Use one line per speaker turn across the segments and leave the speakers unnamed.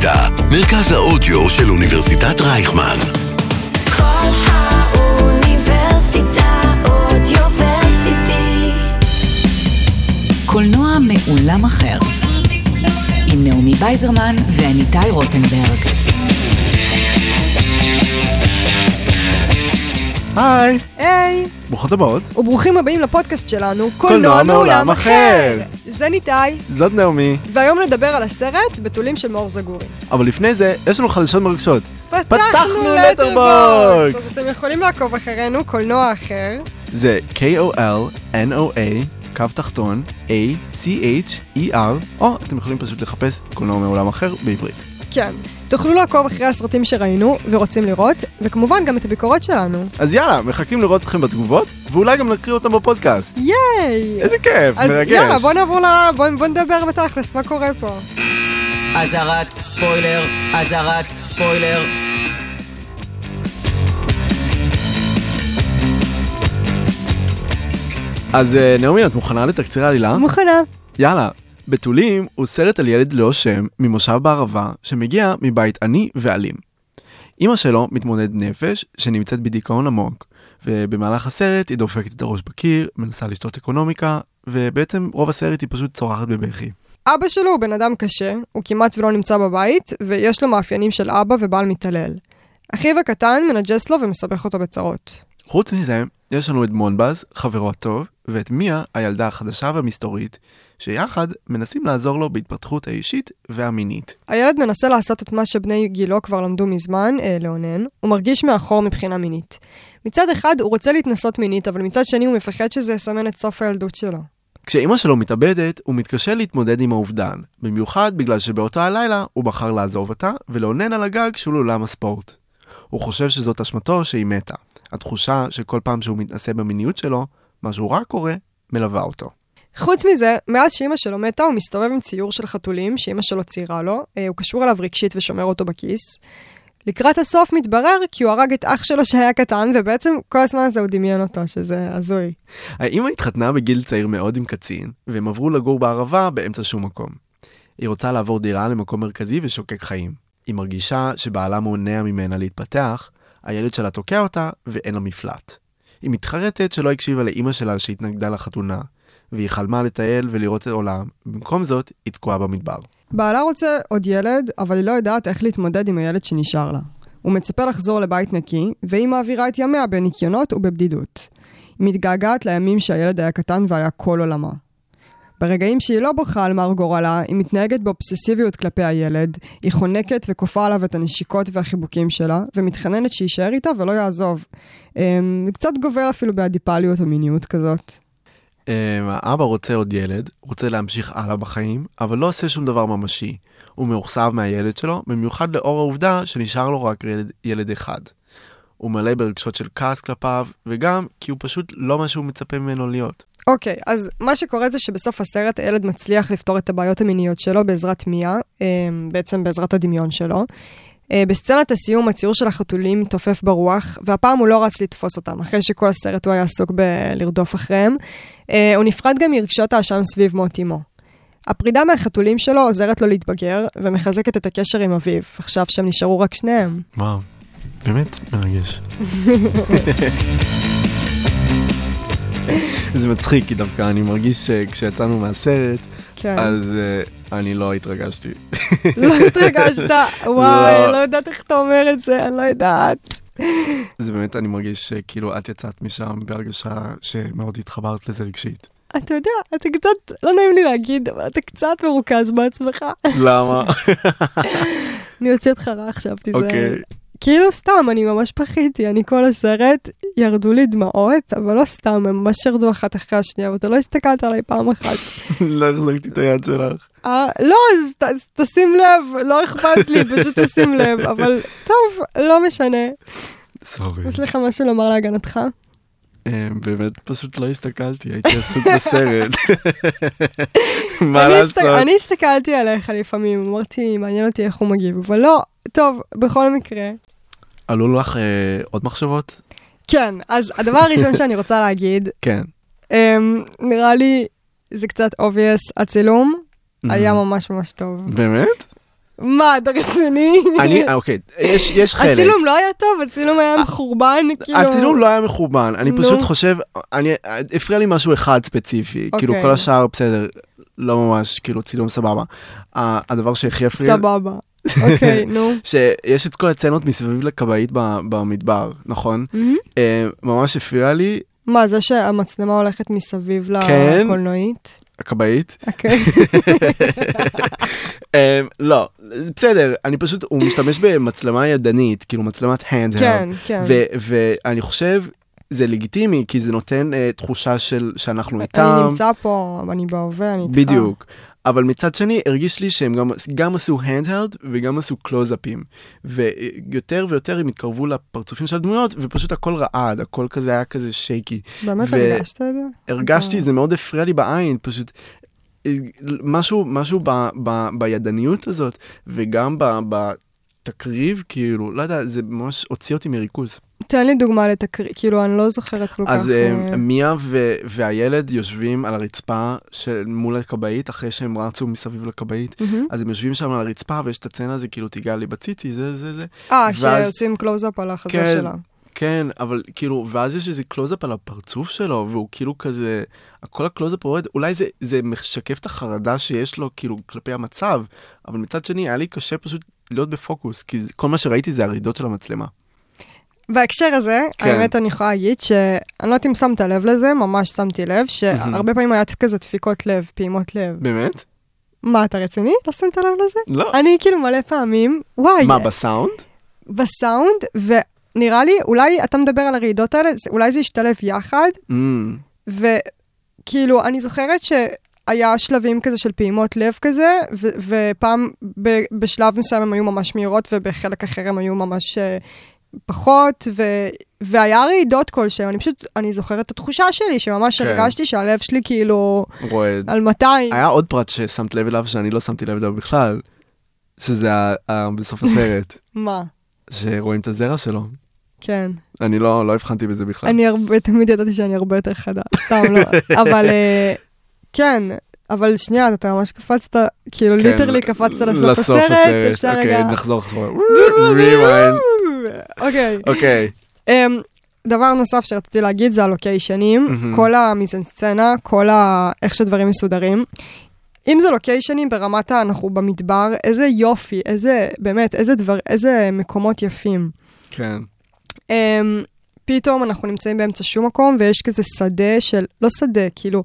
אוניברסיטה, מרכז האודיו של אוניברסיטת רייכמן.
כל האוניברסיטה אודיוורסיטי.
קולנוע מעולם אחר, עם נעמי בייזרמן ואניטאי רוטנברג.
היי!
היי!
ברוכות הבאות.
וברוכים הבאים לפודקאסט שלנו,
קולנוע מעולם אחר.
זה ניטאי,
זאת נעמי.
והיום נדבר על הסרט בתולים של מאור זגורי.
אבל לפני זה, יש לנו חדשות מרגשות.
פתחנו לטרבוקס! אז אתם יכולים לעקוב אחרינו, קולנוע אחר.
זה KOLNOA, קו תחתון, ACHER, או אתם יכולים פשוט לחפש קולנוע מעולם אחר בעברית.
כן. תוכלו לעקוב אחרי הסרטים שראינו ורוצים לראות, וכמובן גם את הביקורות שלנו.
אז יאללה, מחכים לראות אתכם בתגובות, ואולי גם נקריא אותם בפודקאסט.
ייי!
איזה כיף,
אז
מרגש.
יאללה, בוא נדבר בתכלס, מה קורה פה?
אזהרת ספוילר, אזהרת ספוילר.
אז נעמי, את מוכנה לתקציר העלילה?
מוכנה.
יאללה. בתולים הוא סרט על ילד ללא שם ממושב בערבה שמגיע מבית עני ואלים. אמא שלו מתמודד נפש שנמצאת בדיכאון עמוק, ובמהלך הסרט היא דופקת את הראש בקיר, מנסה לשתות אקונומיקה, ובעצם רוב הסרט היא פשוט צורחת בבכי.
אבא שלו הוא בן אדם קשה, הוא כמעט ולא נמצא בבית, ויש לו מאפיינים של אבא ובעל מתעלל. אחיו הקטן מנג'ס לו ומסבך אותו בצרות.
חוץ מזה, יש לנו את מונבז, חברו הטוב, ואת מיה, הילדה החדשה והמסתורית, שיחד מנסים לעזור לו בהתפתחות האישית והמינית.
הילד מנסה לעשות את מה שבני גילו כבר למדו מזמן, לאונן. הוא מרגיש מאחור מבחינה מינית. מצד אחד הוא רוצה להתנסות מינית, אבל מצד שני הוא מפחד שזה יסמן את סוף הילדות שלו.
כשאמא שלו מתאבדת, הוא מתקשה להתמודד עם האובדן, במיוחד בגלל שבאותו הלילה הוא בחר לעזוב אותה ולאונן על הגג של אולם הספורט. הוא חושב שזאת אשמתו שהיא מתה. התחושה שכל פעם שהוא מתנסה במיניות שלו, משהו רע קורה, מלווה אותו.
חוץ מזה, מאז שאמא שלו מתה, הוא מסתובב עם ציור של חתולים שאמא שלו ציירה לו, הוא קשור אליו רגשית ושומר אותו בכיס. לקראת הסוף מתברר כי הוא הרג את אח שלו שהיה קטן, ובעצם כל הזמן הזה הוא דמיין אותו, שזה הזוי.
האמא התחתנה בגיל צעיר מאוד עם קצין, והם עברו לגור בערבה באמצע שום מקום. היא רוצה לעבור דירה למקום מרכזי ושוקק חיים. היא מרגישה שבעלה מונע ממנה להתפתח, הילד שלה תוקע אותה ואין לה מפלט. היא מתחרטת שלא הקשיבה לאמא שלה שהתנגדה לחתונה, והיא חלמה לטייל ולראות את העולם, במקום זאת היא תקועה במדבר. בעלה
רוצה עוד ילד, אבל היא לא יודעת איך להתמודד עם הילד שנשאר לה. הוא מצפה לחזור לבית נקי, והיא מעבירה את ימיה בניקיונות ובבדידות. היא מתגעגעת לימים שהילד היה קטן והיה כל עולמה. ברגעים שהיא לא בוכה על מר גורלה, היא מתנהגת באובססיביות כלפי הילד, היא חונקת וכופה עליו את הנשיקות והחיבוקים שלה, ומתחננת שישאר איתה ולא יעזוב. קצת גובל אפילו באדיפליות או מיניות כזאת.
האבא רוצה עוד ילד, רוצה להמשיך הלאה בחיים, אבל לא עושה שום דבר ממשי. הוא מאוכזב מהילד שלו, במיוחד לאור העובדה שנשאר לו רק ילד אחד. הוא מלא ברגשות של כעס כלפיו, וגם כי הוא פשוט לא מה שהוא מצפה ממנו להיות.
אוקיי, אז מה שקורה זה שבסוף הסרט הילד מצליח לפתור את הבעיות המיניות שלו בעזרת מיה, בעצם בעזרת הדמיון שלו. בסצנת הסיום הציור של החתולים מתעופף ברוח, והפעם הוא לא רץ לתפוס אותם, אחרי שכל הסרט הוא היה עסוק בלרדוף אחריהם. הוא נפרד גם מרגשות האשם סביב מות אמו. הפרידה מהחתולים שלו עוזרת לו להתבגר, ומחזקת את הקשר עם אביו, עכשיו שהם נשארו רק שניהם.
וואו, באמת מרגש. זה מצחיק, כי דווקא אני מרגיש שכשיצאנו מהסרט, אז אני לא התרגשתי.
לא התרגשת? וואי, לא יודעת איך אתה אומר את זה, אני לא יודעת.
זה באמת, אני מרגיש שכאילו את יצאת משם בהרגשה שמאוד התחברת לזה רגשית.
אתה יודע, אתה קצת, לא נעים לי להגיד, אבל אתה קצת מרוכז בעצמך.
למה?
אני יוצא אותך רע עכשיו, תיזהר.
אוקיי.
כאילו סתם, אני ממש פחיתי, אני כל הסרט, ירדו לי דמעות, אבל לא סתם, הם ממש ירדו אחת אחרי השנייה, ואתה לא הסתכלת עליי פעם אחת.
לא החזקתי את היד שלך.
לא, אז תשים לב, לא אכפת לי, פשוט תשים לב, אבל טוב, לא משנה.
סורי.
יש לך משהו לומר להגנתך?
באמת פשוט לא הסתכלתי, הייתי עסוק בסרט. מה לעשות?
אני הסתכלתי עליך לפעמים, אמרתי, מעניין אותי איך הוא מגיב, אבל לא, טוב, בכל מקרה.
עלו לך עוד מחשבות?
כן, אז הדבר הראשון שאני רוצה להגיד,
כן.
נראה לי זה קצת obvious, הצילום היה ממש ממש טוב.
באמת?
מה, אתה רציני?
אוקיי, יש חלק.
הצילום לא היה טוב, הצילום היה מחורבן, כאילו...
הצילום לא היה מחורבן, אני פשוט חושב, הפריע לי משהו אחד ספציפי, כאילו כל השאר בסדר, לא ממש, כאילו צילום סבבה. הדבר שהכי הפריע...
סבבה. אוקיי, נו.
שיש את כל הצנות מסביב לקבעית במדבר, נכון? ממש הפריע לי.
מה, זה שהמצלמה הולכת מסביב לקולנועית?
הקבעית?
אוקיי.
לא, בסדר, אני פשוט, הוא משתמש במצלמה ידנית, כאילו מצלמת handheld.
כן, כן.
ואני חושב, זה לגיטימי, כי זה נותן תחושה שאנחנו איתם.
אני נמצא פה, אני בהווה, אני איתך.
בדיוק. אבל מצד שני, הרגיש לי שהם גם עשו handheld וגם עשו קלוז-אפים. ויותר ויותר הם התקרבו לפרצופים של הדמויות, ופשוט הכל רעד, הכל כזה היה כזה שייקי.
באמת הרגשת את זה?
הרגשתי, זה מאוד הפריע לי בעין, פשוט משהו בידניות הזאת, וגם בתקריב, כאילו, לא יודע, זה ממש הוציא אותי מריכוז.
תן לי דוגמה לתקריב, כאילו, אני לא זוכרת כל כך...
אז מיה והילד יושבים על הרצפה מול הקבעית, אחרי שהם רצו מסביב לקבעית, אז הם יושבים שם על הרצפה, ויש את הצצנה הזה, כאילו, תיגע לי בציצי, זה.
שעושים קלוז-אפ על החזה שלה.
כן, אבל כאילו, ואז יש איזה קלוז-אפ על הפרצוף שלו, והוא כאילו כזה, כל הקלוז-אפ עובד, אולי זה משקף את החרדה שיש לו, כאילו, כלפי המצב, אבל מצד שני, היה לי קשה פשוט להיות בפוקוס, כי כל מה שראיתי זה הרעידות של המצלמה.
בהקשר הזה, האמת אני יכולה להגיד שאני לא יודעת אם שמת לב לזה, ממש שמתי לב, שהרבה פעמים היה כזה דפיקות לב, פעימות לב.
באמת?
מה, אתה רציני? לא שמת לב לזה?
לא.
אני כאילו מלא פעמים, וואי.
מה, בסאונד?
בסאונד, ונראה לי, אולי אתה מדבר על הרעידות האלה, אולי זה ישתלב יחד, וכאילו, אני זוכרת היה שלבים כזה של פעימות לב כזה, ופעם בשלב מסוים הם היו ממש מהירות, ובחלק אחר הם היו ממש פחות, והיה רעידות כלשהם. אני זוכרת את התחושה שלי, שממש הרגשתי שהלב שלי כאילו...
רועד.
על 200.
היה עוד פרט ששמת לב אליו, שאני לא שמתי לב אליו בכלל, שזה בסוף הסרט.
מה?
שרואים את הזרע שלו.
כן.
אני לא הבחנתי בזה בכלל.
אני תמיד ידעתי שאני הרבה יותר חדה, סתם לא. אבל... כן, אבל שנייה, אתה ממש קפצת, כאילו ליטרלי קפצת לסוף הסרט, אפשר רגע...
אוקיי, נחזור. ריוויינד.
אוקיי. דבר נוסף שרציתי להגיד זה הלוקיישנים, כל המיזנסצנה, איך שדברים מסודרים. אם זה לוקיישנים ברמת אנחנו במדבר, איזה יופי, איזה מקומות יפים.
כן.
פתאום אנחנו נמצאים באמצע שום מקום, ויש כזה שדה של, לא שדה, כאילו,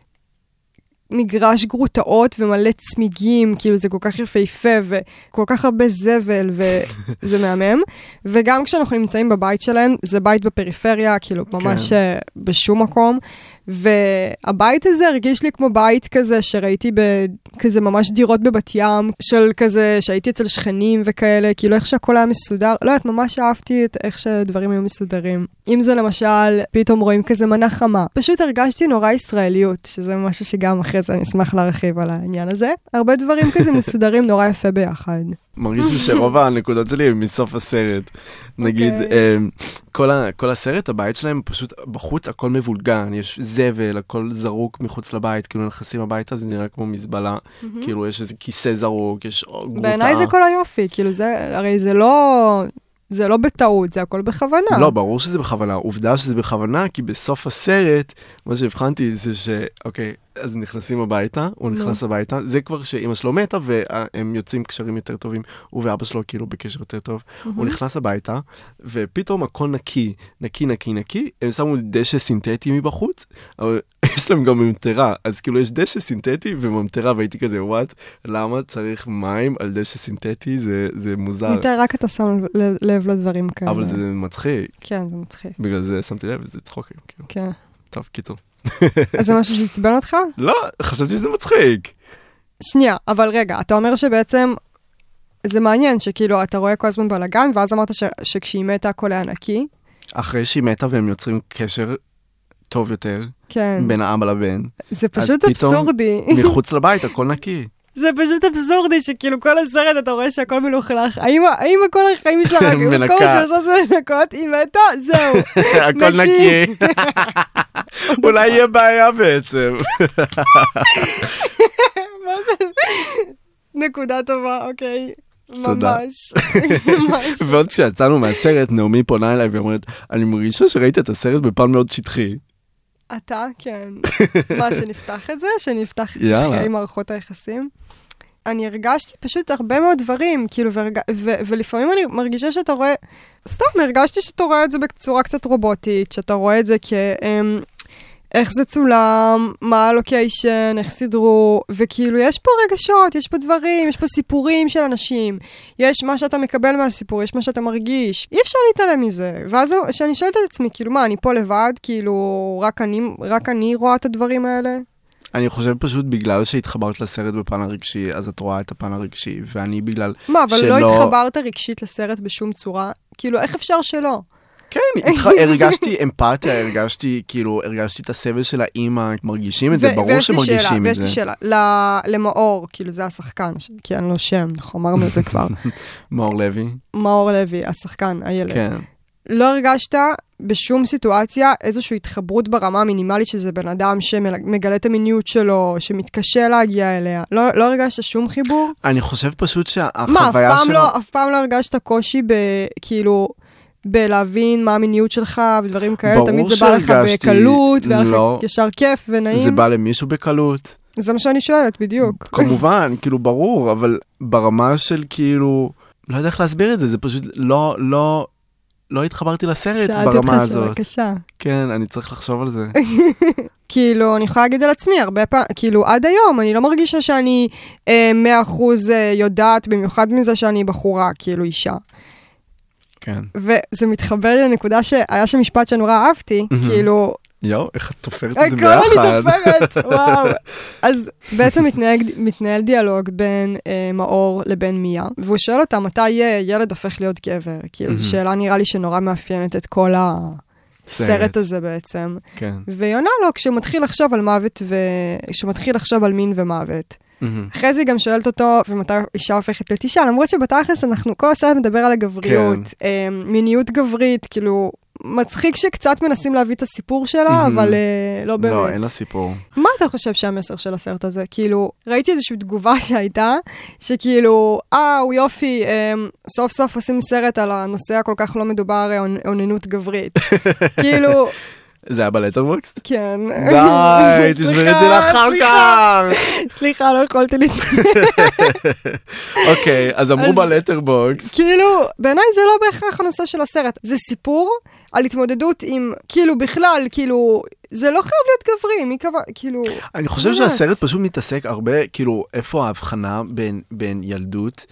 מגרש גרוטאות ומלא צמיגים, כאילו זה כל כך יפהפה וכל כך הרבה זבל וזה מהמם. וגם כשאנחנו נמצאים בבית שלהם, זה בית בפריפריה, כאילו ממש בשום מקום. והבית הזה הרגיש לי כמו בית כזה שראיתי בכזה ממש דירות בבת ים, של כזה שהייתי אצל שכנים וכאלה, כאילו איך שהכל היה מסודר. לא יודעת, ממש אהבתי את איך שהדברים היו מסודרים. אם זה למשל, פתאום רואים כזה מנה חמה. פשוט הרגשתי נורא ישראליות, שזה משהו שגם אחרי זה אני אשמח להרחיב על העניין הזה. הרבה דברים כזה מסודרים נורא יפה ביחד.
מרגיש לי שרוב הנקודות שלי הם מסוף הסרט. נגיד, כל הסרט, הבית שלהם פשוט בחוץ הכל מבולגן, יש זבל, הכל זרוק מחוץ לבית, כאילו נכנסים הביתה, זה נראה כמו מזבלה, כאילו יש איזה כיסא זרוק, יש גרוטה.
בעיניי זה כל היופי, כאילו זה, הרי זה לא בטעות, זה הכל בכוונה.
לא, ברור שזה בכוונה. עובדה שזה בכוונה, כי בסוף הסרט, מה שהבחנתי זה אוקיי, אז נכנסים הביתה, הוא נכנס הביתה, זה כבר שאמא שלו מתה, והם יוצאים קשרים יותר טובים, הוא ואבא שלו כאילו בקשר יותר טוב. הוא נכנס הביתה, ופתאום הכל נקי, הם שמו דשא סינתטי מבחוץ, אבל יש להם גם ממטרה, אז כאילו יש דשא סינתטי וממטרה, והייתי כזה, וואט, למה צריך מים על דשא סינתטי? זה מוזר.
יותר רק אתה שם לב לדברים כאלה.
אבל זה מצחיק.
כן, זה מצחיק.
בגלל זה שמתי לב, וזה צחוקים.
כן.
טוב, קיצור.
אז זה משהו שהצבן אותך?
לא, חשבתי שזה מצחיק.
שנייה, אבל רגע, אתה אומר שבעצם זה מעניין שכאילו אתה רואה כל הזמן בלגן, ואז אמרת שכשהיא מתה הכל היה נקי.
אחרי שהיא מתה והם יוצרים קשר טוב יותר,
כן.
בין האבא לבן.
זה פשוט אבסורדי.
מחוץ לבית הכל נקי.
זה פשוט אבסורדי שכאילו כל הסרט אתה רואה שהכל מלוכלך. האם כל החיים שלה רק, כל מה שעושה זה לנקות, היא מתה, זהו.
הכל נקי. אולי יהיה בעיה בעצם.
מה זה? נקודה טובה, אוקיי.
תודה.
ממש.
ועוד כשיצאנו מהסרט, נעמי פונה אליי ואומרת, אני מרגישה שראית את הסרט בפן מאוד שטחי.
אתה, כן. מה, שנפתח את זה? שנפתח
יאללה.
אחרי מערכות היחסים? אני הרגשתי פשוט הרבה מאוד דברים, כאילו, ולפעמים אני מרגישה שאתה רואה, סתם, הרגשתי שאתה רואה את זה בצורה קצת רובוטית, שאתה רואה את זה איך זה צולם, מה הלוקיישן, איך סידרו, וכאילו יש פה רגשות, יש פה דברים, יש פה סיפורים של אנשים, יש מה שאתה מקבל מהסיפור, יש מה שאתה מרגיש, אי אפשר להתעלם מזה. ואז שאני שואלת את עצמי, כאילו מה, אני פה לבד, כאילו רק אני רואה את הדברים האלה?
אני חושב פשוט בגלל שהתחברת לסרט בפן הרגשי, אז את רואה את הפן הרגשי, ואני בגלל
מה, אבל
שלא...
לא התחברת רגשית לסרט בשום צורה? כאילו, איך אפשר שלא?
כן, הרגשתי אמפתיה, הרגשתי את הסבל של האמא, מרגישים את זה, ברור שמרגישים את זה.
ויש לי שאלה, למאור, כאילו זה השחקן, כי אין לו שם, אנחנו אמרנו את זה כבר.
מאור לוי.
מאור לוי, השחקן, הילד.
כן.
לא הרגשת בשום סיטואציה איזושהי התחברות ברמה המינימלית שזה בן אדם שמגלה את המיניות שלו, שמתקשה להגיע אליה. לא הרגשת שום חיבור?
אני חושב פשוט שהחוויה שלו...
מה, אף פעם לא הרגשת קושי כאילו... בלהבין מה המיניות שלך ודברים כאלה, תמיד זה בא לך בקלות, והיה לך ישר כיף ונעים.
זה בא למישהו בקלות.
זה מה שאני שואלת, בדיוק.
כמובן, כאילו ברור, אבל ברמה של כאילו, לא יודע איך להסביר את זה, זה פשוט לא התחברתי לסרט ברמה הזאת.
שאלתי אותך בבקשה.
כן, אני צריך לחשוב על זה.
כאילו, אני יכולה להגיד על עצמי, הרבה פעמים, כאילו, עד היום, אני לא מרגישה שאני 100% יודעת, במיוחד מזה שאני בחורה, כאילו אישה.
כן.
וזה מתחבר לי לנקודה שהיה שם משפט שנורא אהבתי, כאילו...
יואו, איך את תופרת את זה ביחד?
הכל אני תופרת, וואו. אז בעצם מתנהל דיאלוג בין מאור לבין מיה, והוא שואל אותה מתי ילד הופך להיות גבר, כאילו זו שאלה נראה לי שנורא מאפיינת את כל הסרט הזה בעצם.
כן.
והיא עונה לו כשהוא מתחיל לחשוב על מוות, כשהוא מתחיל לחשוב על מין ומוות. אחרי זה היא גם שואלת אותו, ומתי אישה הופכת להיות אישה, למרות שבתכלס אנחנו, כל הסרט מדבר על הגבריות, מיניות גברית, כאילו, מצחיק שקצת מנסים להביא את הסיפור שלה, אבל לא באמת.
לא, אין לה סיפור.
מה אתה חושב שהמסר של הסרט הזה? כאילו, ראיתי איזושהי תגובה שהייתה, שכאילו, הוא יופי, סוף סוף עושים סרט על הנושא הכל כך לא מדובר, אוננות גברית. כאילו...
זה היה בלטרבוקס?
כן.
די, תשמר את זה לאחר כך.
סליחה, לא יכולתי
אוקיי, אז אמרו בלטרבוקס.
כאילו, בעיניי זה לא בהכרח הנושא של הסרט. זה סיפור על התמודדות עם, כאילו, בכלל, כאילו, זה לא חייב להיות גברי, מי קבע, כאילו...
אני חושב שהסרט פשוט מתעסק הרבה, כאילו, איפה ההבחנה בין ילדות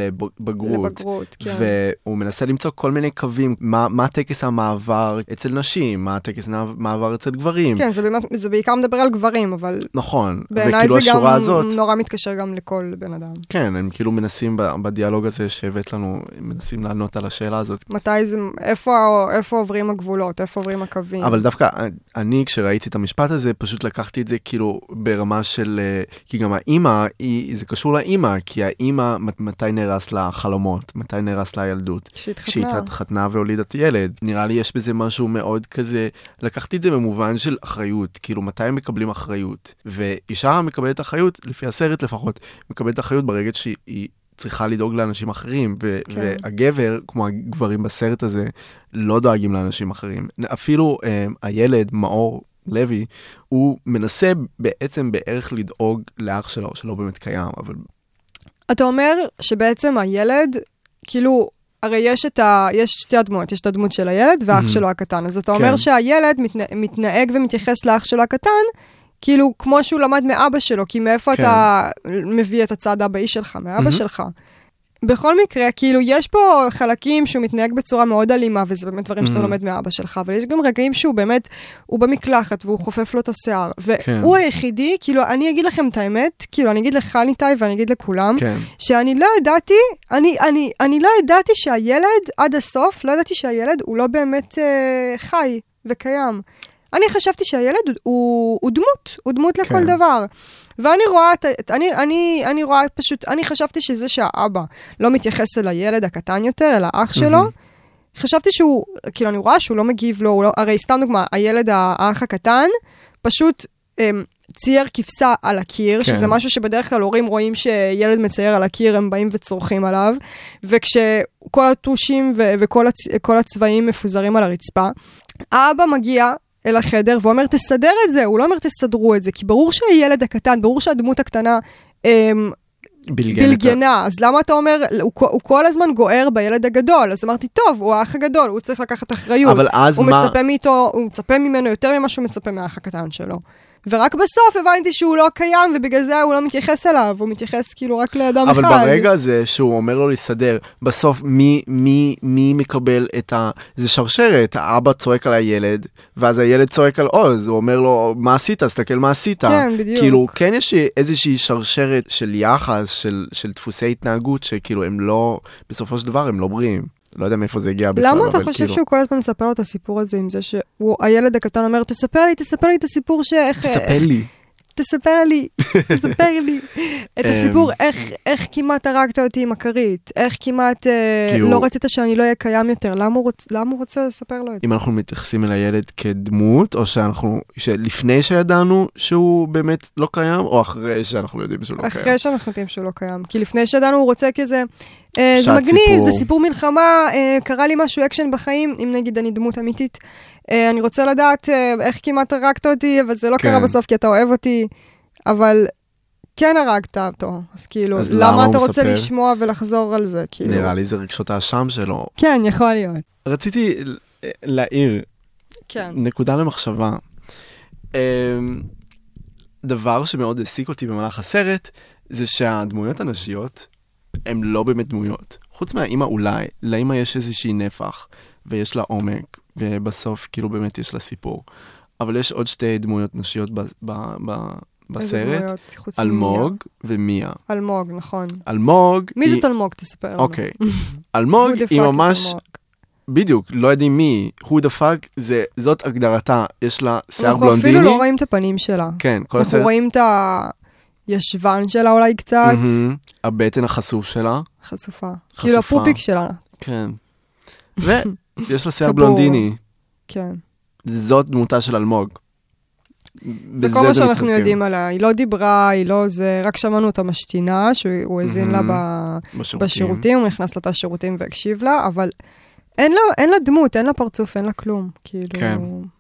לבגרות,
כן.
והוא מנסה למצוא כל מיני קווים, מה טקס המעבר אצל נשים, מה טקס המעבר אצל גברים.
כן, זה בעיקר מדבר על גברים, אבל...
נכון,
בעיניי זה גם נורא מתקשר גם לכל בן אדם.
כן, הם כאילו מנסים בדיאלוג הזה שהבאת לנו, מנסים לענות על השאלה הזאת.
מתי זה, איפה עוברים הגבולות, איפה עוברים הקווים.
אבל דווקא אני, כשראיתי את המשפט הזה, פשוט לקחתי את זה כאילו ברמה של, כי גם האמא, זה קשור לאמא, כי האמא, מתי נרס לה חלומות, מתי נרס לה ילדות. כשהתחתנה והולידת ילד. נראה לי יש בזה משהו מאוד כזה, לקחתי את זה במובן של אחריות, כאילו מתי הם מקבלים אחריות. ואישה מקבלת אחריות, לפי הסרט לפחות, מקבלת אחריות ברגע שהיא צריכה לדאוג לאנשים אחרים, והגבר, כמו הגברים בסרט הזה, לא דואגים לאנשים אחרים. אפילו הילד, מאור לוי, הוא מנסה בעצם בערך לדאוג לאח שלו, שלא באמת קיים, אבל...
אתה אומר שבעצם הילד, כאילו, הרי יש שתי הדמות, יש את הדמות של הילד ואח שלו הקטן, אז אתה אומר שהילד מתנהג ומתייחס לאח שלו הקטן, כאילו, כמו שהוא למד מאבא שלו, כי מאיפה אתה מביא את הצד האבאי שלך, מאבא שלך. בכל מקרה, כאילו, יש פה חלקים שהוא מתנהג בצורה מאוד אלימה, וזה באמת דברים שאתה לומד מאבא שלך, אבל יש גם רגעים שהוא באמת, הוא במקלחת, והוא חופף לו את השיער, והוא היחידי, כאילו, אני אגיד לכם את האמת, כאילו, אני אגיד לך ניתאי, ואני אגיד לכולם, שאני לא ידעתי, אני לא ידעתי שהילד, עד הסוף, לא ידעתי שהילד הוא לא באמת חי וקיים. אני חשבתי שהילד הוא דמות לכל דבר. ואני רואה, אני רואה פשוט, אני חשבתי שזה שהאבא לא מתייחס אל הילד הקטן יותר, אל האח שלו. חשבתי שהוא, כאילו אני רואה שהוא לא מגיב לו, הרי סתם דוגמה, הילד האח הקטן, פשוט צייר כבשה על הקיר, שזה משהו שבדרך כלל הורים רואים שילד מצייר על הקיר, הם באים וצורכים עליו, וכשכל הטושים וכל הצבעים מפוזרים על הרצפה, האבא מגיע אל החדר ואומר, תסדר את זה, הוא לא אומר תסדרו את זה, כי ברור שהילד הקטן, ברור שהדמות הקטנה בלגנה, אז למה אתה אומר, הוא כל הזמן גוער בילד הגדול, אז אמרתי, טוב, הוא האח הגדול, הוא צריך לקחת אחריות, הוא מצפה ממנו יותר ממה שהוא מצפה מהאח הקטן שלו. ורק בסוף הבנתי שהוא לא קיים, ובגלל זה הוא לא מתייחס אליו, הוא מתייחס כאילו רק לאדם אחד.
אבל ברגע הזה שהוא אומר לו להסתדר, בסוף מי מקבל את זה שרשרת, האבא צועק על הילד, ואז הילד צועק על עוז, הוא אומר לו, מה עשית? תסתכל מה עשית.
כן, בדיוק.
כאילו, כן יש איזושהי שרשרת של יחס, של דפוסי התנהגות, שכאילו הם לא, בסופו של דבר הם לא בריאים. לא יודע מאיפה זה הגיע בכלל.
למה אתה חושב שהוא כל הזמן מספר לו את הסיפור הזה, עם זה שהילד הקטן אומר, תספר לי את הסיפור תספר לי את הסיפור, איך כמעט הרגת אותי עם הכרית, איך כמעט לא רצית שאני לא אהיה קיים יותר, למה הוא רוצה לספר לו את זה?
אם אנחנו מתייחסים אל הילד כדמות, או שלפני שידענו שהוא באמת לא קיים, או אחרי שאנחנו יודעים שהוא לא קיים?
אחרי שאנחנו יודעים שהוא לא קיים, כי לפני שידענו הוא רוצה כזה, זה מגניב, זה סיפור מלחמה, קרה לי משהו אקשן בחיים, אם נגיד אני דמות אמיתית, אני רוצה לדעת איך כמעט הרגת אותי, אבל זה לא קרה בסוף כי אתה אוהב אותי, אבל כן הרגת אותו, אז כאילו, למה אתה רוצה לשמוע ולחזור על זה?
נראה לי זה רגשות האשם שלו.
כן, יכול להיות.
רציתי להעיר נקודה למחשבה. דבר שמאוד העסיק אותי במהלך הסרט, זה שהדמויות הנשיות הן לא באמת דמויות. חוץ מהאמא אולי, לאמא יש איזושהי נפח, ויש לה עומק, ובסוף כאילו באמת יש לה סיפור. אבל יש עוד שתי דמויות נשיות בסרט, אלמוג ומיה.
אלמוג, נכון.
אלמוג...
מי זאת אלמוג? תספר לנו.
אוקיי. אלמוג היא ממש... בדיוק, לא יודעים מי, who the fuck, זאת הגדרתה, יש לה שיער בלונדיני.
אנחנו אפילו לא רואים את הפנים שלה.
כן, כל הסרט.
אנחנו רואים את הישבן שלה אולי קצת.
הבטן החשוף שלה.
חשופה. כאילו הפופיק שלה.
כן. ויש לה שיער בלונדיני.
כן.
זאת דמותה של אלמוג.
זה כל מה שאנחנו יודעים עליה. היא לא דיברה, היא לא זה, רק שמענו אותה משתינה, שהוא הזין לה בשירותים, הוא נכנס לתא שירותים והקשיב לה, אבל אין לה דמות, אין לה פרצוף, אין לה כלום.
כן.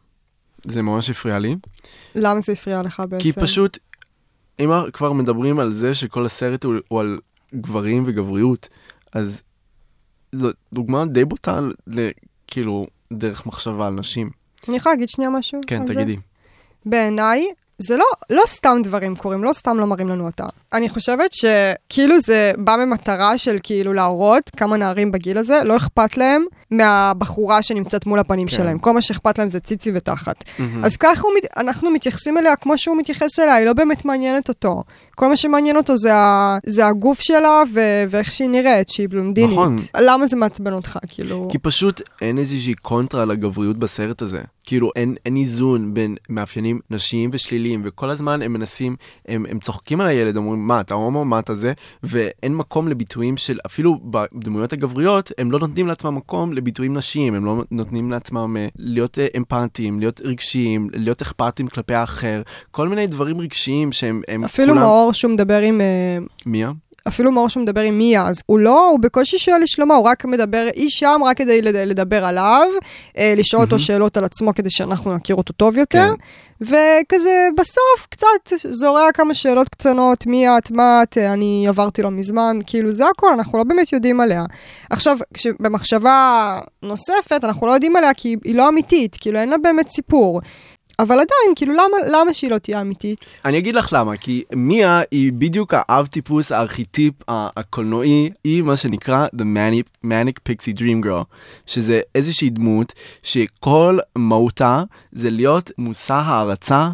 זה ממש הפריע לי.
למה זה הפריע לך בעצם?
כי פשוט, אם כבר מדברים על זה שכל הסרט הוא על גברים וגבריות, אז זו דוגמה די בוטה כאילו דרך מחשבה על נשים.
אני יכולה להגיד שנייה משהו?
כן, תגידי.
בעיניי, זה לא סתם דברים קורים, לא סתם לא מראים לנו אותה. אני חושבת שכאילו זה בא ממטרה של כאילו להראות כמה נערים בגיל הזה, לא אכפת להם מהבחורה שנמצאת מול הפנים שלהם. כל מה שאכפת להם זה ציצי ותחת. אז ככה אנחנו מתייחסים אליה כמו שהוא מתייחס אליה, היא לא באמת מעניינת אותו. כל מה שמעניין אותו זה הגוף שלה ואיך שהיא נראית, שהיא בלונדינית.
נכון.
למה זה מעצבן אותך? כאילו...
כי פשוט אין איזושהי קונטרה לגבריות בסרט הזה. כאילו אין איזון בין מאפיינים נשיים ושליליים, וכל הזמן הם מנסים, הם צוחקים על הילד, אומרים, מה, אתה הומו, מה אתה זה? ואין מקום לביטויים של, אפילו בדמויות הגבריות, הם לא נותנים לעצמם מקום לביטויים נשיים, הם לא נותנים לעצמם להיות אמפתיים, להיות רגשיים, להיות אכפתיים כלפי האחר, כל מיני דברים רגשיים שהם
אפילו כולם... מאור שהוא מדבר עם...
מיה?
אפילו מאור שהוא מדבר עם מיה, אז הוא בקושי שואל לשלומה, הוא רק מדבר, היא שם רק כדי לדבר עליו, לשאול אותו שאלות על עצמו כדי שאנחנו נכיר אותו טוב יותר, וכזה בסוף קצת זורע כמה שאלות קצנות, מי את, מה את, אני עברתי לו מזמן, כאילו זה הכל, אנחנו לא באמת יודעים עליה. עכשיו, במחשבה נוספת, אנחנו לא יודעים עליה כי היא לא אמיתית, כאילו אין לה באמת סיפור. אבל עדיין, כאילו, למה שהיא לא תהיה אמיתית?
אני אגיד לך למה, כי מיה היא בדיוק האב טיפוס, הארכיטיפ הקולנועי, היא מה שנקרא The Manic Pixie Dream Girl, שזה איזושהי דמות שכל מהותה זה להיות מושא הערצה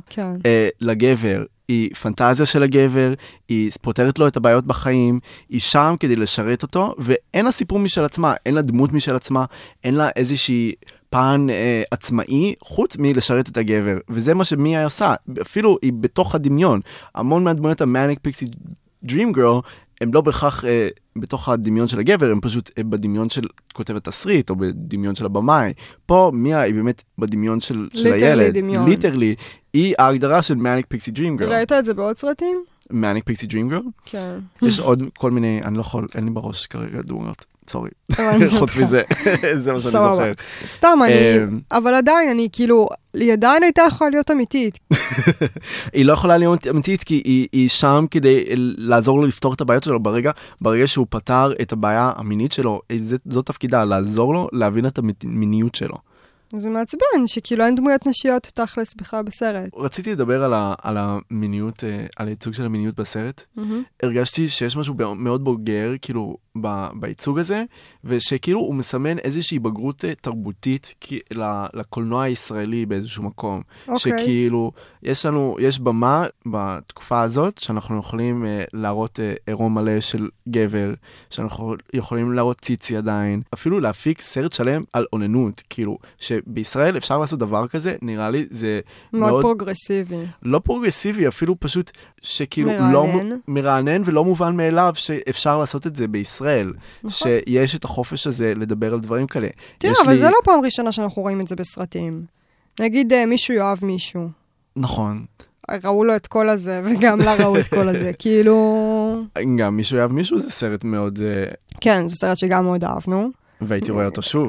לגבר. היא פנטזיה של הגבר, היא פותרת לו את הבעיות בחיים, היא שם כדי לשרת אותו, ואין לה סיפור משל עצמה, אין לה דמות משל עצמה, אין לה איזושהי פן עצמאי, חוץ מלשרת את הגבר. וזה מה שמיה עושה, אפילו היא בתוך הדמיון. המון מהדמויות ה-Manic Pixie Dream Girl, הם לא בהכרח בתוך הדמיון של הגבר, הם פשוט בדמיון של כותב התסריט, או בדמיון של הבמאי. פה מיה היא באמת בדמיון של הילד. ליטרלי, היא ההגדרה של Manic Pixie Dream Girl.
ראית את זה בעוד סרטים?
Manic Pixie Dream Girl?
כן.
יש עוד כל מיני, אני לא יכול, אין לי בראש כרגע דמויות. סורי. חוץ מזה, זה מה שאני זוכר.
סתם, אבל עדיין, אני כאילו, היא עדיין הייתה יכולה להיות אמיתית.
היא לא יכולה להיות אמיתית, כי היא שם כדי לעזור לו לפתור את הבעיות שלו ברגע שהוא פתר את הבעיה המינית שלו. זאת תפקידה, לעזור לו להבין את המיניות שלו.
זה מעצבן, שכאילו אין דמויות נשיות תכלס בכלל בסרט.
רציתי לדבר על המיניות, על הייצוג של המיניות בסרט. הרגשתי שיש משהו מאוד בוגר, כאילו, בייצוג הזה, ושכאילו הוא מסמן איזושהי בגרות תרבותית לקולנוע הישראלי באיזשהו מקום. שכאילו, יש במה בתקופה הזאת, שאנחנו יכולים להראות עירום מלא של גבר, שאנחנו יכולים להראות ציצי עדיין, אפילו להפיק סרט שלם על אוננות, כאילו, שבישראל אפשר לעשות דבר כזה, נראה לי זה
מאוד פרוגרסיבי.
לא פרוגרסיבי, אפילו פשוט שכאילו לא מרענן ולא מובן מאליו שאפשר לעשות את זה בישראל. שיש את החופש הזה לדבר על דברים כאלה.
תראה, אבל זה לא פעם ראשונה שאנחנו רואים את זה בסרטים. נגיד מישהו יאהב מישהו.
נכון.
ראו לו את כל הזה, וגם לה ראו את כל הזה. כאילו...
גם מישהו יאהב מישהו זה סרט מאוד...
כן, זה סרט שגם מאוד אהבנו.
והייתי רואה אותו שוב.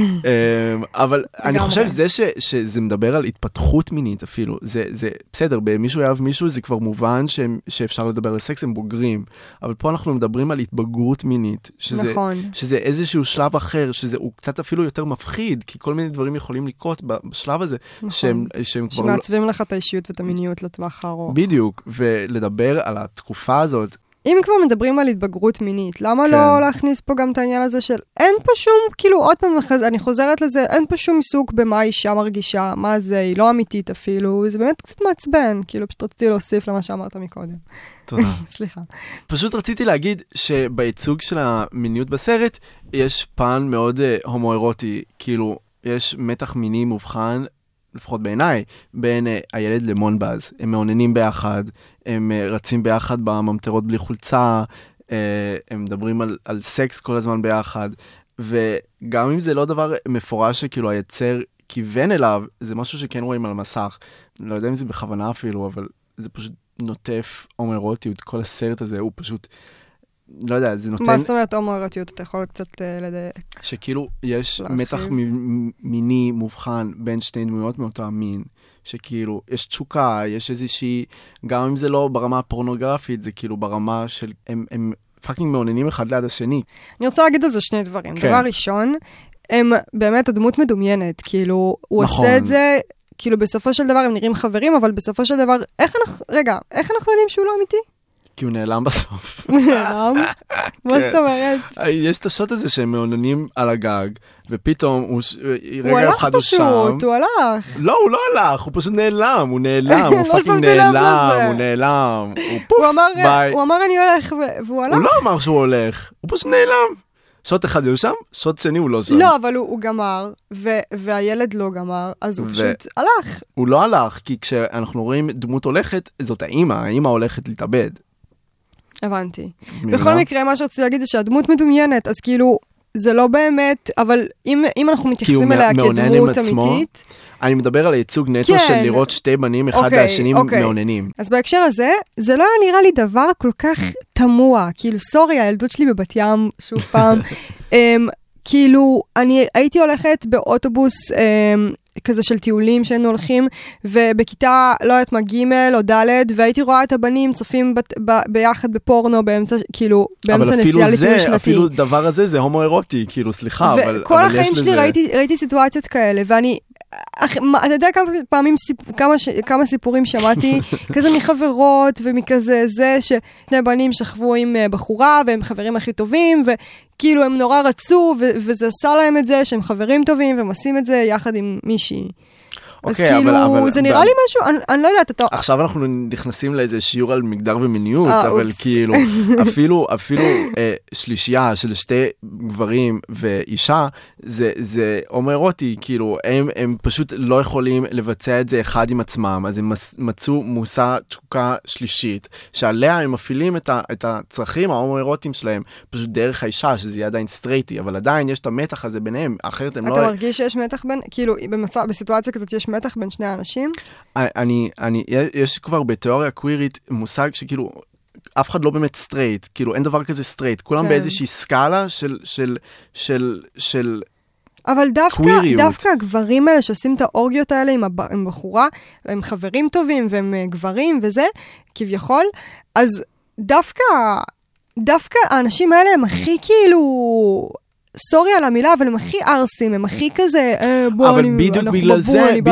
אבל אני חושב שזה מדבר על התפתחות מינית אפילו. זה בסדר, במישהו יאהב מישהו זה כבר מובן שאפשר לדבר על סקס, הם בוגרים. אבל פה אנחנו מדברים על התבגרות מינית. שזה איזשהו שלב אחר, שהוא קצת אפילו יותר מפחיד, כי כל מיני דברים יכולים לקרות בשלב הזה. שהם כבר...
שמעצבים לך את האישיות ואת המיניות לטווח הארוך.
בדיוק, ולדבר על התקופה הזאת,
אם כבר מדברים על התבגרות מינית, למה לא להכניס פה גם את העניין הזה של אין פה שום, כאילו עוד פעם אני חוזרת לזה, אין פה שום עיסוק במה אישה מרגישה, מה זה, היא לא אמיתית אפילו, זה באמת קצת מעצבן, כאילו פשוט רציתי להוסיף למה שאמרת מקודם.
תודה.
סליחה.
פשוט רציתי להגיד שבייצוג של המיניות בסרט, יש פן מאוד הומואירוטי, כאילו יש מתח מיני מובחן, לפחות בעיניי, בין הילד למונבז. הם מעוננים ביחד, הם רצים ביחד בממטרות בלי חולצה, הם מדברים על סקס כל הזמן ביחד, וגם אם זה לא דבר מפורש שכאילו היצר כיוון אליו, זה משהו שכן רואים על המסך. לא יודע אם זה בכוונה אפילו, אבל זה פשוט נוטף הומואירוטיות. כל הסרט הזה הוא פשוט... לא יודע, זה נותן...
מה זאת אומרת הומואירוטיות? אתה יכול קצת לדייק.
שכאילו יש מתח מיני מובחן בין שתי דמויות מאותו המין, שכאילו יש תשוקה, יש איזושהי, גם אם זה לא ברמה הפורנוגרפית, זה כאילו ברמה של, הם פאקינג מעוננים אחד ליד השני. אני
רוצה להגיד על זה שני דברים. דבר ראשון, הם באמת הדמות מדומיינת, כאילו, הוא עושה את זה, כאילו בסופו של דבר הם נראים חברים, אבל בסופו של דבר, איך אנחנו יודעים שהוא לא אמיתי?
כי הוא נעלם בסוף.
הוא נעלם? מה זאת אומרת?
יש את השוט הזה שהם מעוננים על הגג, ופתאום הוא רגע אחד הוא שם.
הוא הלך.
לא, הוא לא הלך, הוא פשוט נעלם, הוא פאקינג נעלם, הוא נעלם.
הוא אמר אני הולך, והוא הלך.
הוא לא אמר שהוא הולך, הוא פשוט נעלם. שוט אחד הוא שם, שוט שני הוא לא שם.
לא, אבל הוא גמר, והילד לא גמר, אז הוא פשוט הלך.
הוא לא הלך, כי כשאנחנו רואים דמות הולכת, זאת האמא הולכת להתאבד.
הבנתי. בכל מקרה, מה שרציתי להגיד זה שהדמות מדומיינת, אז כאילו, זה לא באמת, אבל אם אנחנו מתייחסים אליה כדמות אמיתית...
אני מדבר על הייצוג נטו של לראות שתי בנים אחד לשני מעוננים.
אז בהקשר הזה, זה לא היה נראה לי דבר כל כך תמוה. כאילו, סורי, הילדות שלי בבת ים, שוב פעם. כאילו, אני הייתי הולכת באוטובוס כזה של טיולים שהיינו הולכים, ובכיתה, לא יודעת מה, ג' או ד', והייתי רואה את הבנים צופים ביחד בפורנו, באמצע, כאילו, באמצע נסיעה לטיול שנתי.
אפילו דבר הזה זה הומואירוטי, כאילו, סליחה, אבל יש לזה...
וכל החיים שלי ראיתי סיטואציות כאלה, ואני... אתה יודע כמה סיפורים שמעתי, כזה מחברות ומכזה זה, ששני בנים שכבו עם בחורה, והם חברים הכי טובים, וכאילו הם נורא רצו, וזה עשה להם את זה, שהם חברים טובים, והם עושים את זה יחד עם מישהי. אז
אוקיי,
כאילו, זה נראה לי משהו, אני לא יודעת, אתה...
עכשיו אנחנו נכנסים לאיזה שיעור על מגדר ומיניות, אבל
אופס.
כאילו, אפילו שלישייה של שתי גברים ואישה, זה הומואירוטי, כאילו, הם פשוט לא יכולים לבצע את זה אחד עם עצמם, אז הם מצאו מושא תשוקה שלישית, שעליה הם מפעילים את הצרכים ההומואירוטיים שלהם, פשוט דרך האישה, שזה יהיה עדיין סטרייטי, אבל עדיין יש את המתח הזה ביניהם, אחרת הם לא...
אתה מרגיש שיש מתח בין, כאילו, בסיטואציה כזאת יש מתח בין שני האנשים?
יש כבר בתיאוריה קווירית מושג שכאילו, אף אחד לא באמת סטרייט, כאילו אין דבר כזה סטרייט, כולם באיזושהי סקאלה של
אבל
קוויריות.
דווקא הגברים האלה שעושים את האורגיות האלה עם בחורה, הם חברים טובים והם גברים וזה, כביכול, אז דווקא האנשים האלה הם הכי כאילו... סורי על המילה, אבל הם הכי ארסים, הם הכי כזה,
אבל בדיוק בגלל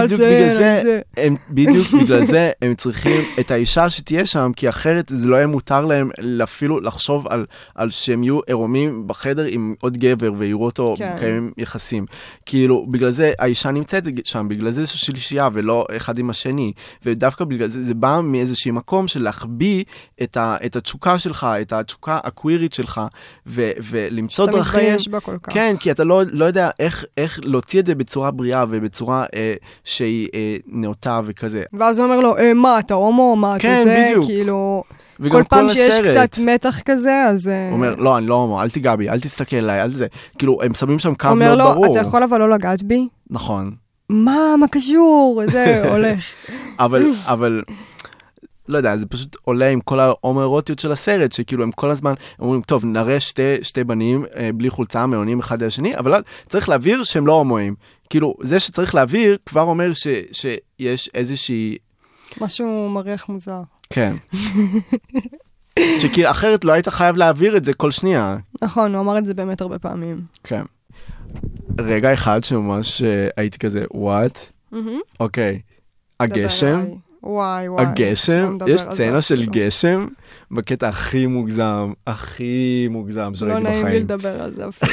זה הם צריכים את האישה שתהיה שם, כי אחרת זה לא יהיה מותר להם אפילו לחשוב על שהם יהיו עירומים בחדר עם עוד גבר, ויראו אותו קיימים יחסים. כאילו, בגלל זה האישה נמצאת שם, בגלל זה זה שלישייה, ולא אחד עם השני. ודווקא בגלל זה, זה בא מאיזשהו מקום של להחביא את התשוקה שלך, את התשוקה הקווירית שלך, ולמצוא דרכים.
שאתה מתבייש בה כל כך.
כן, כי אתה לא יודע איך להוציא את זה בצורה בריאה ובצורה שהיא נאותה וכזה.
ואז הוא אומר לו, מה, אתה הומו, מה, אתה
כן,
זה,
בדיוק.
כאילו... כל פעם שיש קצת מתח כזה, אז...
הוא אומר, לא, אני לא הומו, אל תיגע בי, אל תסתכל עליי, אל זה. כאילו, הם שמים שם קו מאוד ברור.
אומר לו, אתה יכול אבל לא לגעת בי?
נכון.
מה קשור? זה הולך.
אבל... לא יודע, זה פשוט עולה עם כל ההומואירוטיות של הסרט, שכאילו הם כל הזמן אומרים, טוב, נראה שתי בנים בלי חולצה, מעונים אחד לשני, אבל צריך להעביר שהם לא הומואים. כאילו, זה שצריך להעביר כבר אומר שיש איזושהי...
משהו מריח מוזר.
כן. שכאילו, אחרת לא היית חייב להעביר את זה כל שנייה.
נכון, הוא אמר את זה באמת הרבה פעמים.
כן. רגע אחד שממש הייתי כזה, what? אוקיי. הגשם.
וואי.
הגשם, יש סצנה של גשם, בקטע הכי מוגזם שראיתי בחיים.
לא נעים לי לדבר על זה אפילו.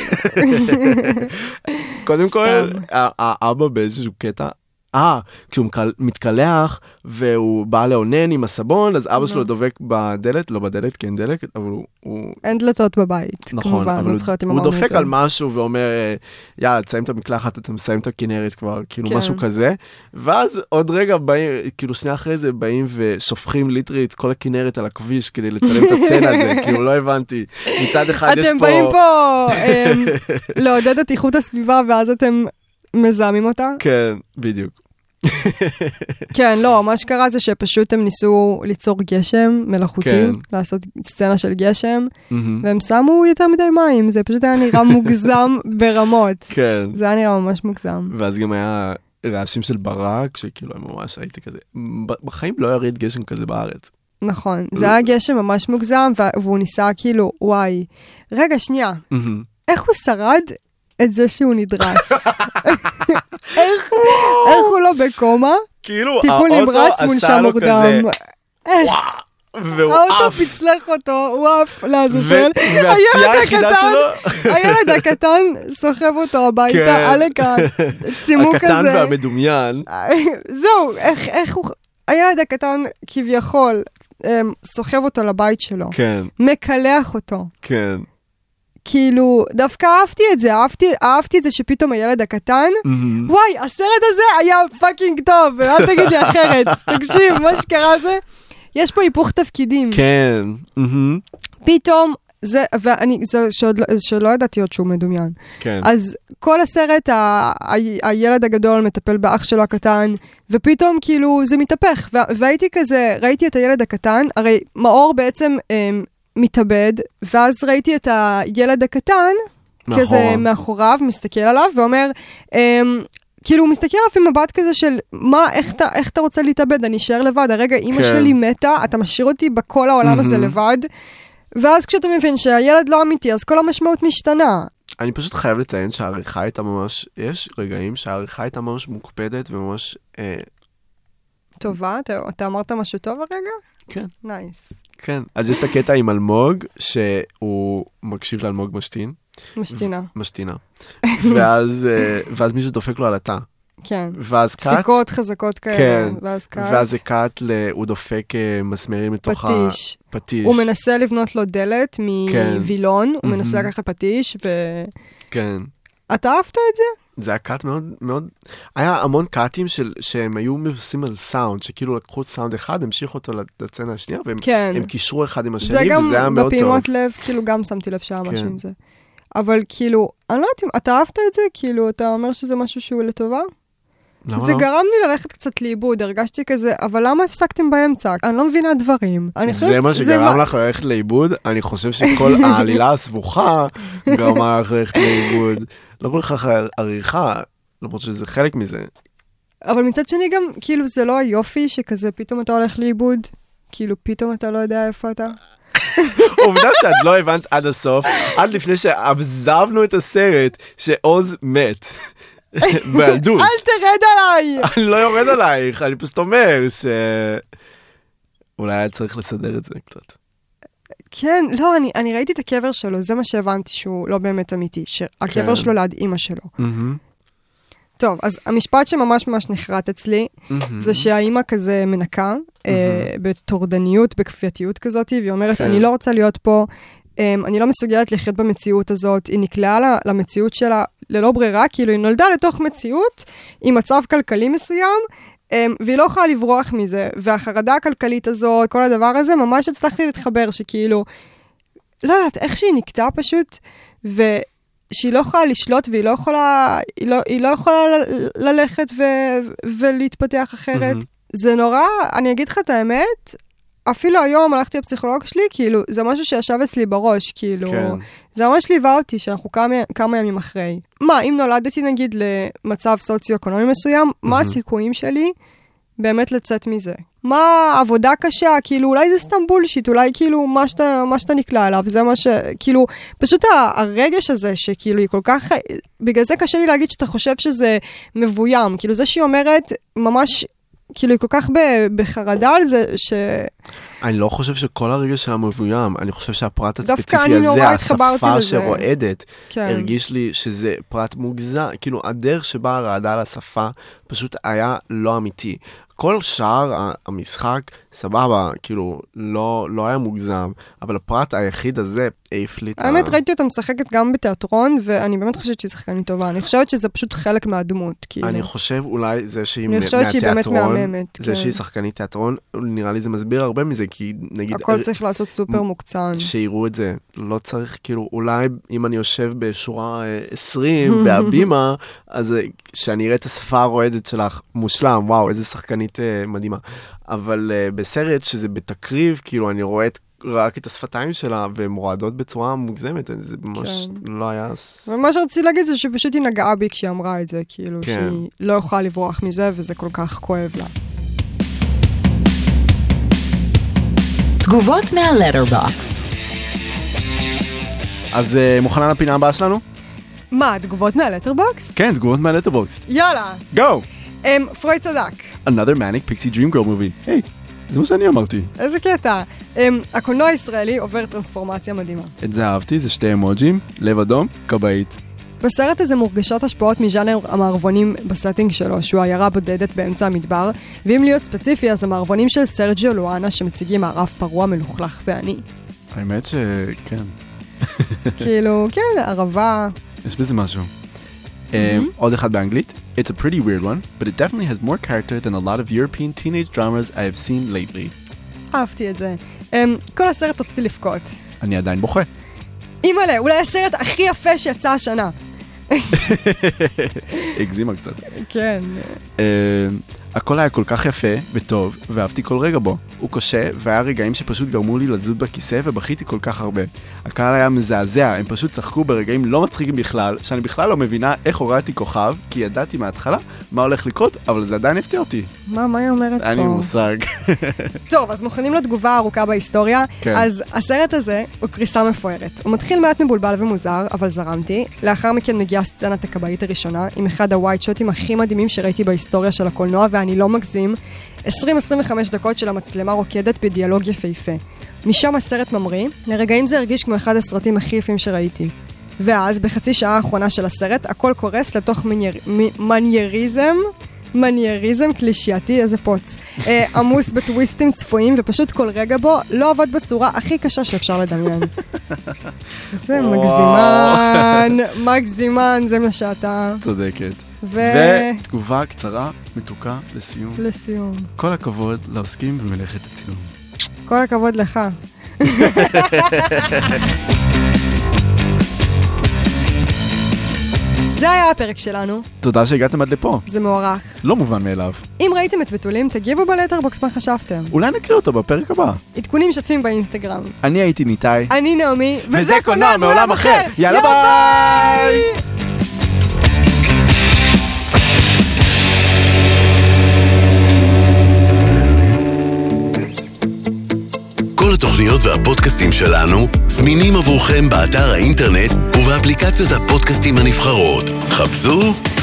קודם כל, האבא באיזשהו קטע, כשהוא מתקלח, והוא בא לעונן עם הסבון, אז אבא שלו דובק בדלת, לא בדלת, כן דלת, אבל הוא...
אין דלתות בבית,
נכון, אבל הוא דופק על משהו ואומר, יאללה, תסיים את המקלחת, אתה מסיים את הכנרת כבר, כאילו משהו כזה, ואז עוד רגע באים, כאילו שנייה אחרי זה, באים ושופכים ליטרית כל הכנרת על הכביש, כדי לצלם את הצנע הזה, כאילו לא הבנתי. מצד אחד יש פה...
אתם באים פה לעודד את איכות הסביבה, ואז אתם מזהמים אותה?
כן, בדיוק.
כן, לא, מה שקרה זה שפשוט הם ניסו ליצור גשם מלאכותי, לעשות סצנה של גשם, והם שמו יותר מדי מים, זה פשוט היה נראה מוגזם ברמות.
כן.
זה היה נראה ממש מוגזם.
ואז גם היה רעשים של ברק, שכאילו ממש הייתי כזה, בחיים לא יריד גשם כזה בארץ.
נכון, זה היה גשם ממש מוגזם, והוא ניסה כאילו, וואי, רגע, שנייה, איך הוא שרד את זה שהוא נדרס? איך הוא לא בקומה?
כאילו,
טיפול נמרץ מונשם מוקדם. האוטו פצלח אותו, הוא עף לעזאזל. הילד הקטן סוחב אותו הביתה, עלק הצימוק הזה.
הקטן והמדומיין.
זהו, איך הוא... הילד הקטן כביכול סוחב אותו לבית שלו.
כן.
מקלח אותו.
כן.
כאילו, דווקא אהבתי את זה, אהבתי את זה שפתאום הילד הקטן, וואי, הסרט הזה היה פאקינג טוב, אל תגיד לי אחרת, תקשיב, מה שקרה זה, יש פה היפוך תפקידים.
כן.
פתאום, זה שעוד לא ידעתי עוד שהוא מדומיין.
כן.
אז כל הסרט, הילד הגדול מטפל באח שלו הקטן, ופתאום כאילו זה מתהפך, והייתי כזה, ראיתי את הילד הקטן, הרי מאור בעצם... מתאבד, ואז ראיתי את הילד הקטן, כזה מאחוריו, מסתכל עליו, ואומר, כאילו הוא מסתכל עליו עם מבט כזה של, מה, איך אתה רוצה להתאבד? אני אשאר לבד, הרגע אמא שלי מתה, אתה משאיר אותי בכל העולם הזה לבד, ואז כשאתה מבין שהילד לא אמיתי, אז כל המשמעות משתנה.
אני פשוט חייב לציין שהעריכה הייתה ממש, יש רגעים שהעריכה הייתה ממש מוקפדת, וממש...
טובה, אתה אמרת משהו טוב הרגע?
כן.
נייס.
כן, אז יש את הקטע עם אלמוג, שהוא מקשיב לאלמוג משתינה. ואז מישהו דופק לו על התא.
כן.
ואז קאט.
דפיקות חזקות כאלה.
כן.
ואז קאט.
ואז זה קאט, הוא דופק מסמרים לתוך
פטיש.
הפטיש.
הוא מנסה לבנות לו דלת מווילון, הוא מנסה לקחת פטיש,
כן.
אתה אהבת את זה?
זה היה קאט מאוד, מאוד... היה המון קאטים שהם היו מבוססים על סאונד, שכאילו לקחו סאונד אחד, המשיכו אותו לצנה השנייה, והם קישרו אחד עם השני, וזה היה מאוד טוב.
זה גם בפעימות לב, כאילו גם שמתי לב שהיה משהו עם זה. אבל כאילו, אני לא יודעת אם אתה אהבת את זה, כאילו, אתה אומר שזה משהו שהוא לטובה? זה גרם לי ללכת קצת לאיבוד, הרגשתי כזה, אבל למה הפסקתם באמצע? אני לא מבינה דברים.
זה מה שגרם לך ללכת לאיבוד? אני חושב שכל העלילה הסבוכה גרמה לך ללכת לאיבוד. לא כל כך עריכה, למרות שזה חלק מזה.
אבל מצד שני גם, כאילו, זה לא היופי שכזה פתאום אתה הולך לאיבוד? כאילו, פתאום אתה לא יודע איפה אתה?
עובדה שאת לא הבנת עד הסוף, עד לפני שעזבנו את הסרט, שעוז מת. בילדות.
אל תרד עליי!
אני לא יורד עלייך, אני פשוט אומר אולי היה צריך לסדר את זה קצת.
כן, לא, אני ראיתי את הקבר שלו, זה מה שהבנתי שהוא לא באמת אמיתי, שהקבר שלו ליד אמא שלו. טוב, אז המשפט שממש ממש נחרט אצלי, זה שהאמא כזה מנקה, בתורדניות, בכפייתיות כזאת, והיא אומרת, אני לא רוצה להיות פה, אני לא מסוגלת לחיות במציאות הזאת, היא נקלעה למציאות שלה ללא ברירה, כאילו היא נולדה לתוך מציאות, עם מצב כלכלי מסוים, והיא לא יכולה לברוח מזה, והחרדה הכלכלית הזו, כל הדבר הזה, ממש הצלחתי להתחבר, שכאילו, לא יודעת, איך שהיא נקטעה פשוט, ושהיא לא יכולה לשלוט, והיא לא יכולה, היא לא יכולה ללכת ולהתפתח אחרת. זה נורא, אני אגיד לך את האמת, אפילו היום הלכתי לפסיכולוג שלי, כאילו, זה משהו שישב אצלי בראש, כאילו, זה ממש ליווה אותי, שאנחנו כמה ימים אחרי. מה, אם נולדתי נגיד למצב סוציו-אקונומי מסוים, מה הסיכויים שלי באמת לצאת מזה? מה עבודה קשה? כאילו, אולי זה סתם בולשיט, אולי כאילו מה שאתה נקלע עליו, זה מה ש... כאילו, פשוט הרגש הזה, שכאילו היא כל כך... בגלל זה קשה לי להגיד שאתה חושב שזה מבוים, כאילו, זה שהיא אומרת ממש... כאילו היא כל כך בחרדה על זה
אני לא חושב שכל הרגע שלה מבוים, אני חושב שהפרט הספציפי הזה, השפה שרועדת, הרגיש לי שזה פרט מוגזם, כאילו הדרך שבה רעדה על השפה פשוט היה לא אמיתי. כל שאר המשחק, סבבה, כאילו, לא היה מוגזם, אבל הפרט היחיד הזה העיף לי את
האמת, ראיתי אותה משחקת גם בתיאטרון, ואני באמת חושבת שהיא שחקנית טובה. אני חושבת שזה פשוט חלק מהדמות, כאילו.
אני חושב אולי זה שהיא
מהתיאטרון, אני חושבת שהיא באמת מהממת.
זה שהיא שחקנית תיאטרון, נראה לי זה מסביר הרבה מזה, כי נגיד...
הכל צריך לעשות סופר מוקצן.
שיראו את זה. לא צריך, כאילו, אולי אם אני יושב בשורה 20 בהבימה, אז שאני אראה את השפה הרועדת שלך מושלם, וואו, איזה שחקנית מדהימה. אבל בסרט שזה בתקריב, כאילו אני רואה רק את השפתיים שלה, והן רועדות בצורה מוגזמת, זה ממש לא היה...
ומה שרציתי להגיד זה שפשוט היא נגעה בי כשהיא אמרה את זה, כאילו שהיא לא יכולה לברוח מזה, וזה כל כך כואב לה.
תגובות מהלטרבוקס.
אז מוכנה לפינה הבאה שלנו?
מה, תגובות מהלטרבוקס?
כן, תגובות מהלטרבוקס.
יאללה.
גו!
פרויד צדק.
Another manic pixie dream girl movie. היי, זה מה שאני אמרתי.
איזה קטע. הקולנוע הישראלי עובר טרנספורמציה מדהימה.
את זה אהבתי, זה שתי אמוג'ים, לב אדום, קבעית.
בסרט הזה מורגשות השפעות מז'אנר המערבונים בסטינג שלו, שהוא עיירה בודדת באמצע המדבר, ואם להיות ספציפי, אז המערבונים של סרג'יו לואנה שמציגים מערב פרוע, מלוכלך ועני.
האמת שכן.
כאילו, כן, ערבה.
יש בזה משהו. עוד אחד באנגלית. It's a pretty weird one, but it definitely has more character than a lot of European teenage dramas I have seen lately.
אהבתי את זה. כל הסרט רציתי לבכות.
אני עדיין בוכה.
אימאלה, אולי הסרט הכי יפה שיצא השנה.
הגזימה קצת.
כן.
הכל היה כל כך יפה וטוב, ואהבתי כל רגע בו. הוא קשה, והיה רגעים שפשוט גרמו לי לזוז בכיסא, ובכיתי כל כך הרבה. הקהל היה מזעזע, הם פשוט צחקו ברגעים לא מצחיקים בכלל, שאני בכלל לא מבינה איך הורדתי כוכב, כי ידעתי מההתחלה מה הולך לקרות, אבל זה עדיין הפתיע אותי.
מה היא אומרת פה?
אין לי מושג.
טוב, אז מוכנים לתגובה הארוכה בהיסטוריה.
כן.
אז הסרט הזה הוא קריסה מפוארת. הוא מתחיל מעט מבולבל ומוזר, אבל זרמתי. לאחר מכן מגיעה סצנת הקבעית הראשונה, עם אחד הווייט שוטים הכי מדהימים שראיתי בהיסטוריה של הקולנוע, ואני לא מגזים. 20-25 דקות של המצלמה רוקדת בדיאלוג יפהפה. משם הסרט ממריא, לרגעים זה הרגיש כמו אחד הסרטים הכי יפים שראיתי. ואז בחצי שעה האחרונה של הסרט, הכל קורס לתוך מנייריזם קלישייתי, איזה פוץ. עמוס בטוויסטים צפויים, ופשוט כל רגע בו לא עבוד בצורה הכי קשה שאפשר לדמיין. זה מגזימן, זה מה שאתה.
צודקת. ותגובה קצרה, מתוקה, לסיום. כל הכבוד לעוסקים במלאכת הצילום.
כל הכבוד לך. זה היה הפרק שלנו.
תודה שהגעתם עד לפה.
זה מוערך.
לא מובן מאליו.
אם ראיתם את בתולים, תגיבו בלטרבוקס מה חשבתם.
אולי נקריא אותו בפרק הבא.
עדכונים משתפים באינסטגרם.
אני הייתי ניתאי.
אני נעמי.
וזה קולנוע מעולם אחר. יאללה ביי!
כל התוכניות והפודקאסטים שלנו זמינים עבורכם באתר האינטרנט ובאפליקציות הפודקאסטים הנבחרות. חפשו